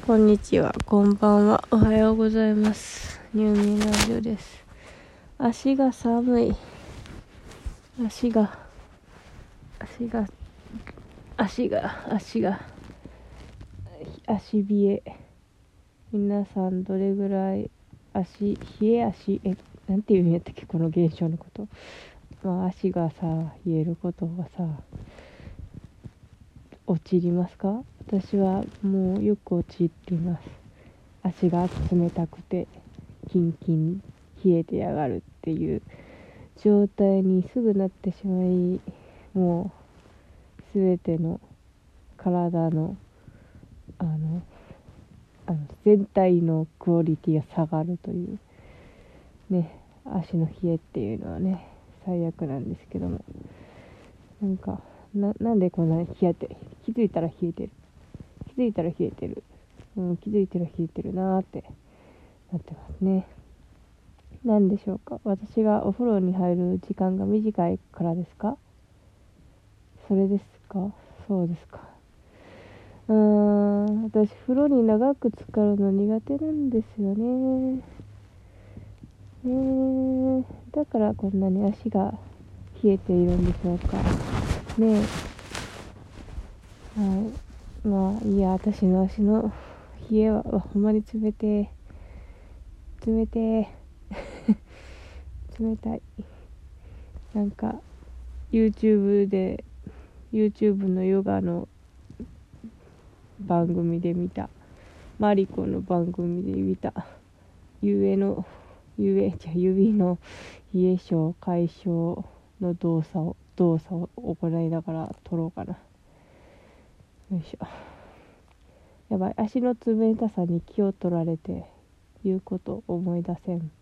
こんにちは、こんばんは、おはようございます。入眠ラジオです。足が寒い。足冷え。皆さんどれぐらい冷え足、なんていうんやったっけ、この現象のこと。足が冷えることが陥りますか？私はもうよく陥っています。足が冷たくてキンキン冷えてやがるっていう状態にすぐなってしまい、もうすべての体のあの全体のクオリティが下がるというね、足の冷えっていうのはね、最悪なんですけども、なんでこんなに冷えて、気づいたら冷えてる、気づいたら冷えてる、気づいたら冷えてるなーってなってますね。なんでしょうか。私がお風呂に入る時間が短いからですか？それですか？そうですか。私風呂に長く浸かるの苦手なんですよね。だからこんなに足が冷えているんでしょうか。ねえ。はい。いや、私の足の冷えはほんまに冷冷冷たい。YouTube で YouTube のヨガの番組で見た、マリコの番組で見た指の冷え性解消の動作を行いながら撮ろうかな。よいしょ。やばい、足の冷たさに気を取られて言うこと思い出せん。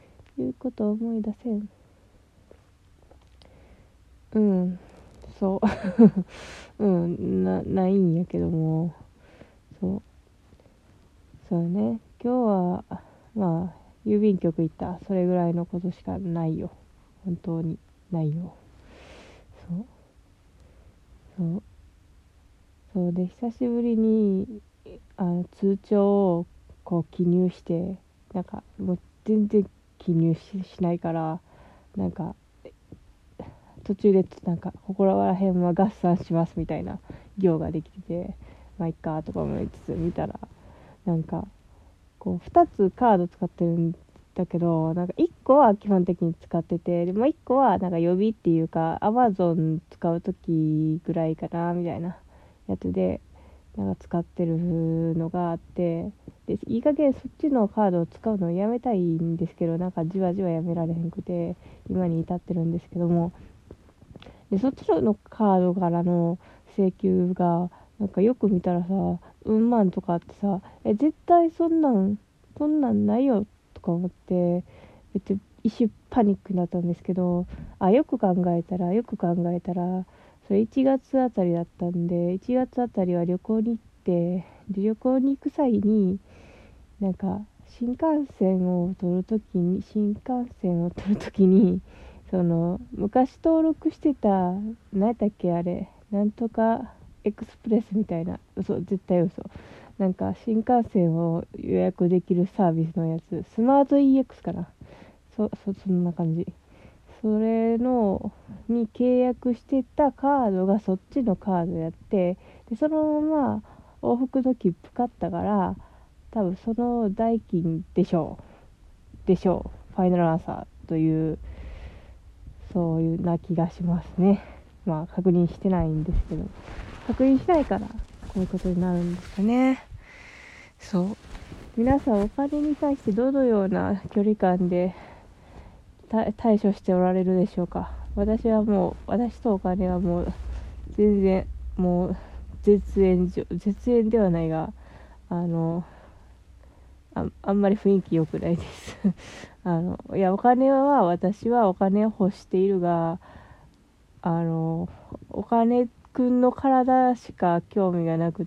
そうないんやけども、そうそうね、今日は郵便局行った、それぐらいのことしかないよ。本当にないよ。そうそうそうで、久しぶりに通帳をこう記入して、もう全然記入しないから、なんか途中でここら辺は合算しますみたいな行ができてて、まあいっかとか思いつつ見たら、こう2つカード使ってるんだけど、1個は基本的に使ってて、でもう1個は予備っていうか Amazon 使う時ぐらいかなみたいなやつで使ってるのがあって、でいい加減そっちのカードを使うのをやめたいんですけど、じわじわやめられへんくて今に至ってるんですけども、でそっちのカードからの請求がよく見たらうん万とかあって絶対そんなんないよとか思って、めっちゃ一瞬パニックになったんですけど、よく考えたらそれ1月あたりだったんで、1月あたりは旅行に行って、で旅行に行く際になんか新幹線を取るときにその昔登録してた、何やったっけあれ、なんとかエクスプレスみたいな、絶対嘘、新幹線を予約できるサービスのやつ、スマート EX かな、そんな感じ、それのに契約してたカードがそっちのカードやって、でそのまま往復の切符買ったから、多分その代金ファイナルアンサーという、そういうな気がしますね。確認してないんですけど、確認しないからこういうことになるんですかね。そう皆さん、お金に対してどのような距離感で対処しておられるでしょうか。私とお金はもう全然、もう絶縁ではないが、あんまり雰囲気良くないですいや、私はお金を欲しているが、お金くんの体しか興味がなくって、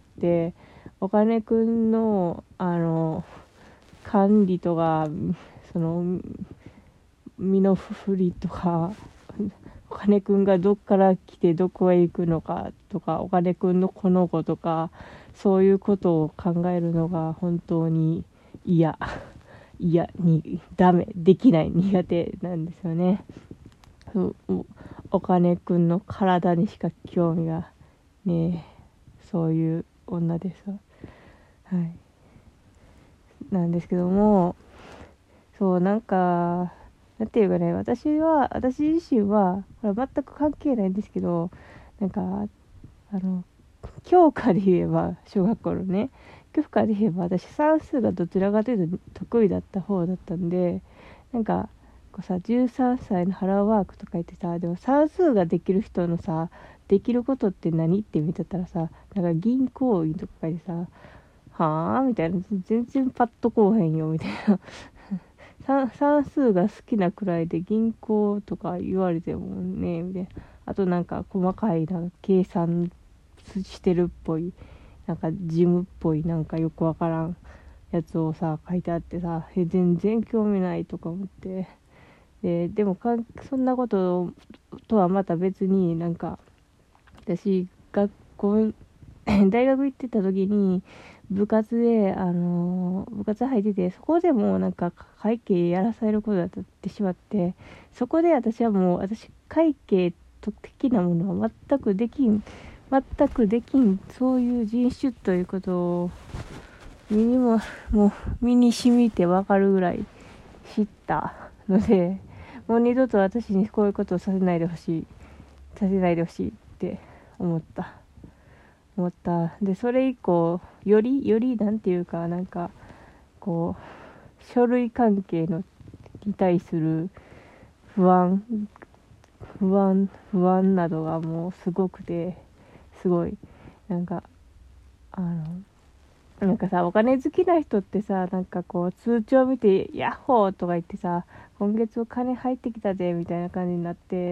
お金くんの管理とか、その身の振りとかお金くんがどっから来てどこへ行くのかとか、お金くんのこの子とか、そういうことを考えるのが本当にダメ、できない、苦手なんですよね。お金くんの体にしか興味がねえ、そういう女です。はい。なんですけども、そう、なんていうかね、私自身は、これは全く関係ないんですけど、なんか、教科で言えば、小学校のね、教科で言えば、私算数がどちらかというと得意だった方だったんで、なんか、こうさ、13歳のハローワークとか言ってさ、でも算数ができる人のさ、できることって何って見てたらさ、なんか銀行員とか書いてさ、はぁみたいな、全然パッとこうへんよ、みたいな。算数が好きなくらいで銀行とか言われてもね、みたいな。あとなんか細かい計算してるっぽい、なんか事務っぽい、なんかよくわからんやつをさ、書いてあってさ、全然興味ないとか思って。でもそんなこととはまた別になんか、私、大学行ってた時に、部活で、部活入ってて、そこでもなんか会計やらされることだってしまって、そこで私はもう、会計的なものは全くできん、そういう人種ということを、もう身に染みてわかるぐらい知ったので、もう二度と私にこういうことをさせないでほしいって思った。で、それ以降、よりなんていうか、なんか、こう、書類関係に対する不安などがもうすごくて、すごい、なんか、あの、なんかさ、お金好きな人ってさ、なんかこう、通帳見て、ヤッホーとか言ってさ、今月お金入ってきたぜ、みたいな感じになって、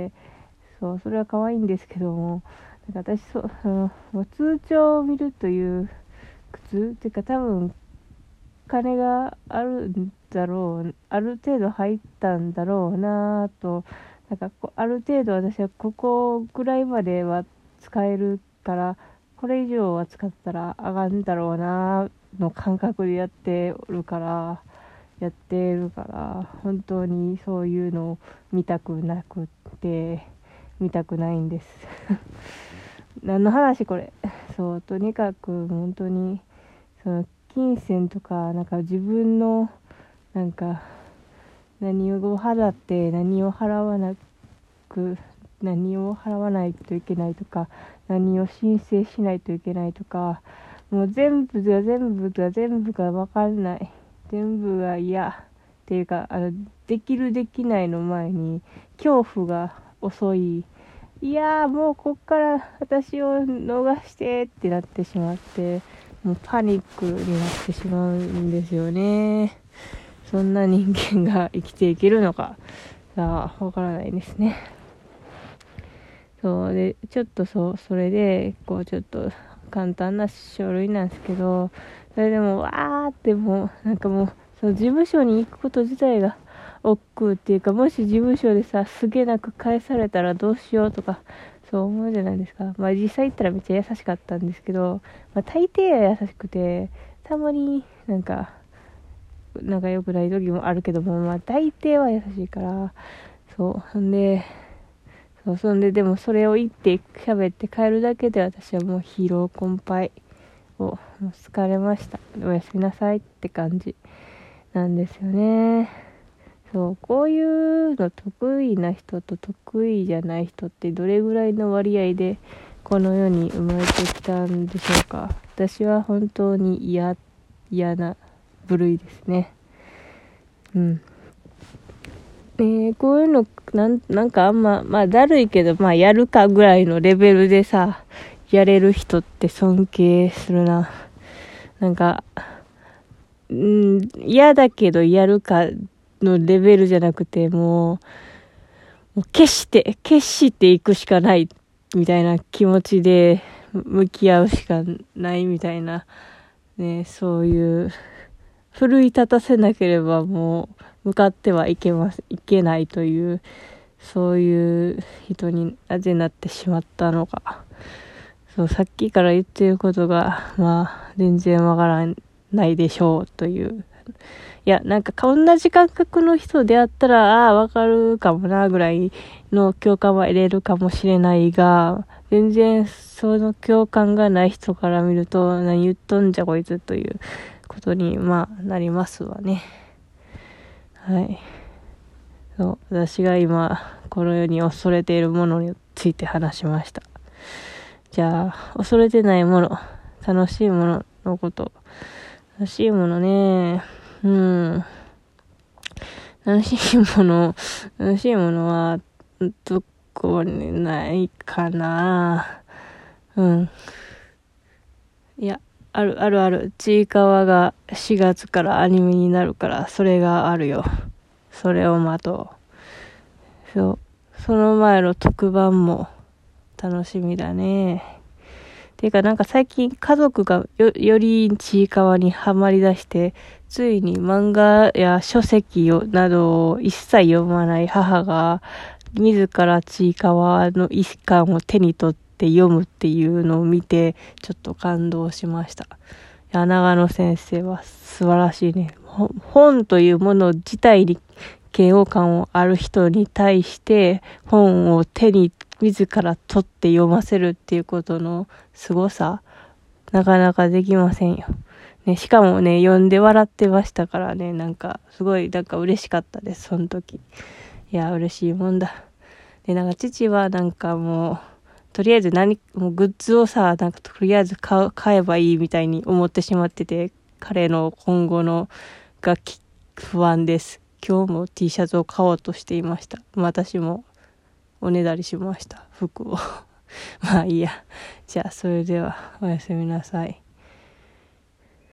そう、それは可愛いんですけども、なんか私、もう通帳を見るという苦痛っていうか、多分、金があるんだろう、ある程度入ったんだろうなぁと、なんかある程度私はここぐらいまでは使えるから、これ以上は使ったら上がるんだろうなぁの感覚でやってるから、本当にそういうのを見たくないんです。何の話これ。そう、とにかく本当に、その金銭とか、なんか自分の、なんか、何を払って何を払わないといけないとか、何を申請しないといけないとか、もう全部が分かんない。全部が嫌。っていうか、できるできないの前に、恐怖が遅い。いやーもうこっから私を逃してってなってしまって、もうパニックになってしまうんですよね。そんな人間が生きていけるのか、さあ、わからないですね。そうで、ちょっとそれで、ちょっと簡単な書類なんですけど、それでもわーってなんかもう、その事務所に行くこと自体が億劫っていうか、もし事務所でさ、すげなく返されたらどうしようとか、そう思うじゃないですか。まあ実際言ったらめっちゃ優しかったんですけど、まあ大抵は優しくて、たまになんか良くない時もあるけども、まあ大抵は優しいから、そんででもそれを言って喋って帰るだけで私はもう疲労困憊もう疲れました。おやすみなさいって感じなんですよね。そう、こういうの得意な人と得意じゃない人ってどれぐらいの割合でこの世に生まれてきたんでしょうか。私は本当に嫌な部類ですね。うん。こういうのなんかあんまだるいけどやるかぐらいのレベルでさ、やれる人って尊敬するな。なんか嫌だけどやるかのレベルじゃなくて、もう決していくしかないみたいな気持ちで向き合うしかないみたいなね、そういう奮い立たせなければもう向かってはいけないというそういう人になぜなってしまったのか。そう、さっきから言ってることが、全然わからないでしょうという。いや、なんか同じ感覚の人であったら、わかるかもな、ぐらいの共感は得れるかもしれないが、全然その共感がない人から見ると、何言っとんじゃこいつということに、なりますわね。はい。そう、私が今、この世に恐れているものについて話しました。じゃあ、恐れてないもの、楽しいもののこと。楽しいものね、楽しいものは、どこにないかな。いや、ある。ちいかわが4月からアニメになるから、それがあるよ。それを待とう。そう。その前の特番も楽しみだね。ていうかなんか最近家族がよりちいかわにはまり出して、ついに漫画や書籍などを一切読まない母が、自らちいかわの一巻を手に取って読むっていうのを見て、ちょっと感動しました。長野先生は素晴らしいね。本というもの自体に嫌悪感をある人に対して本を手に自ら取って読ませるっていうことの凄さ、なかなかできませんよ。ね、しかもね、読んで笑ってましたからね、すごい嬉しかったです、その時。いや、嬉しいもんだ。で、父はもう、とりあえずもうグッズをさ、とりあえず買えばいいみたいに思ってしまってて、彼の今後のが不安です。今日も T シャツを買おうとしていました。私もおねだりしました、服を。いいや。じゃあ、それではおやすみなさい。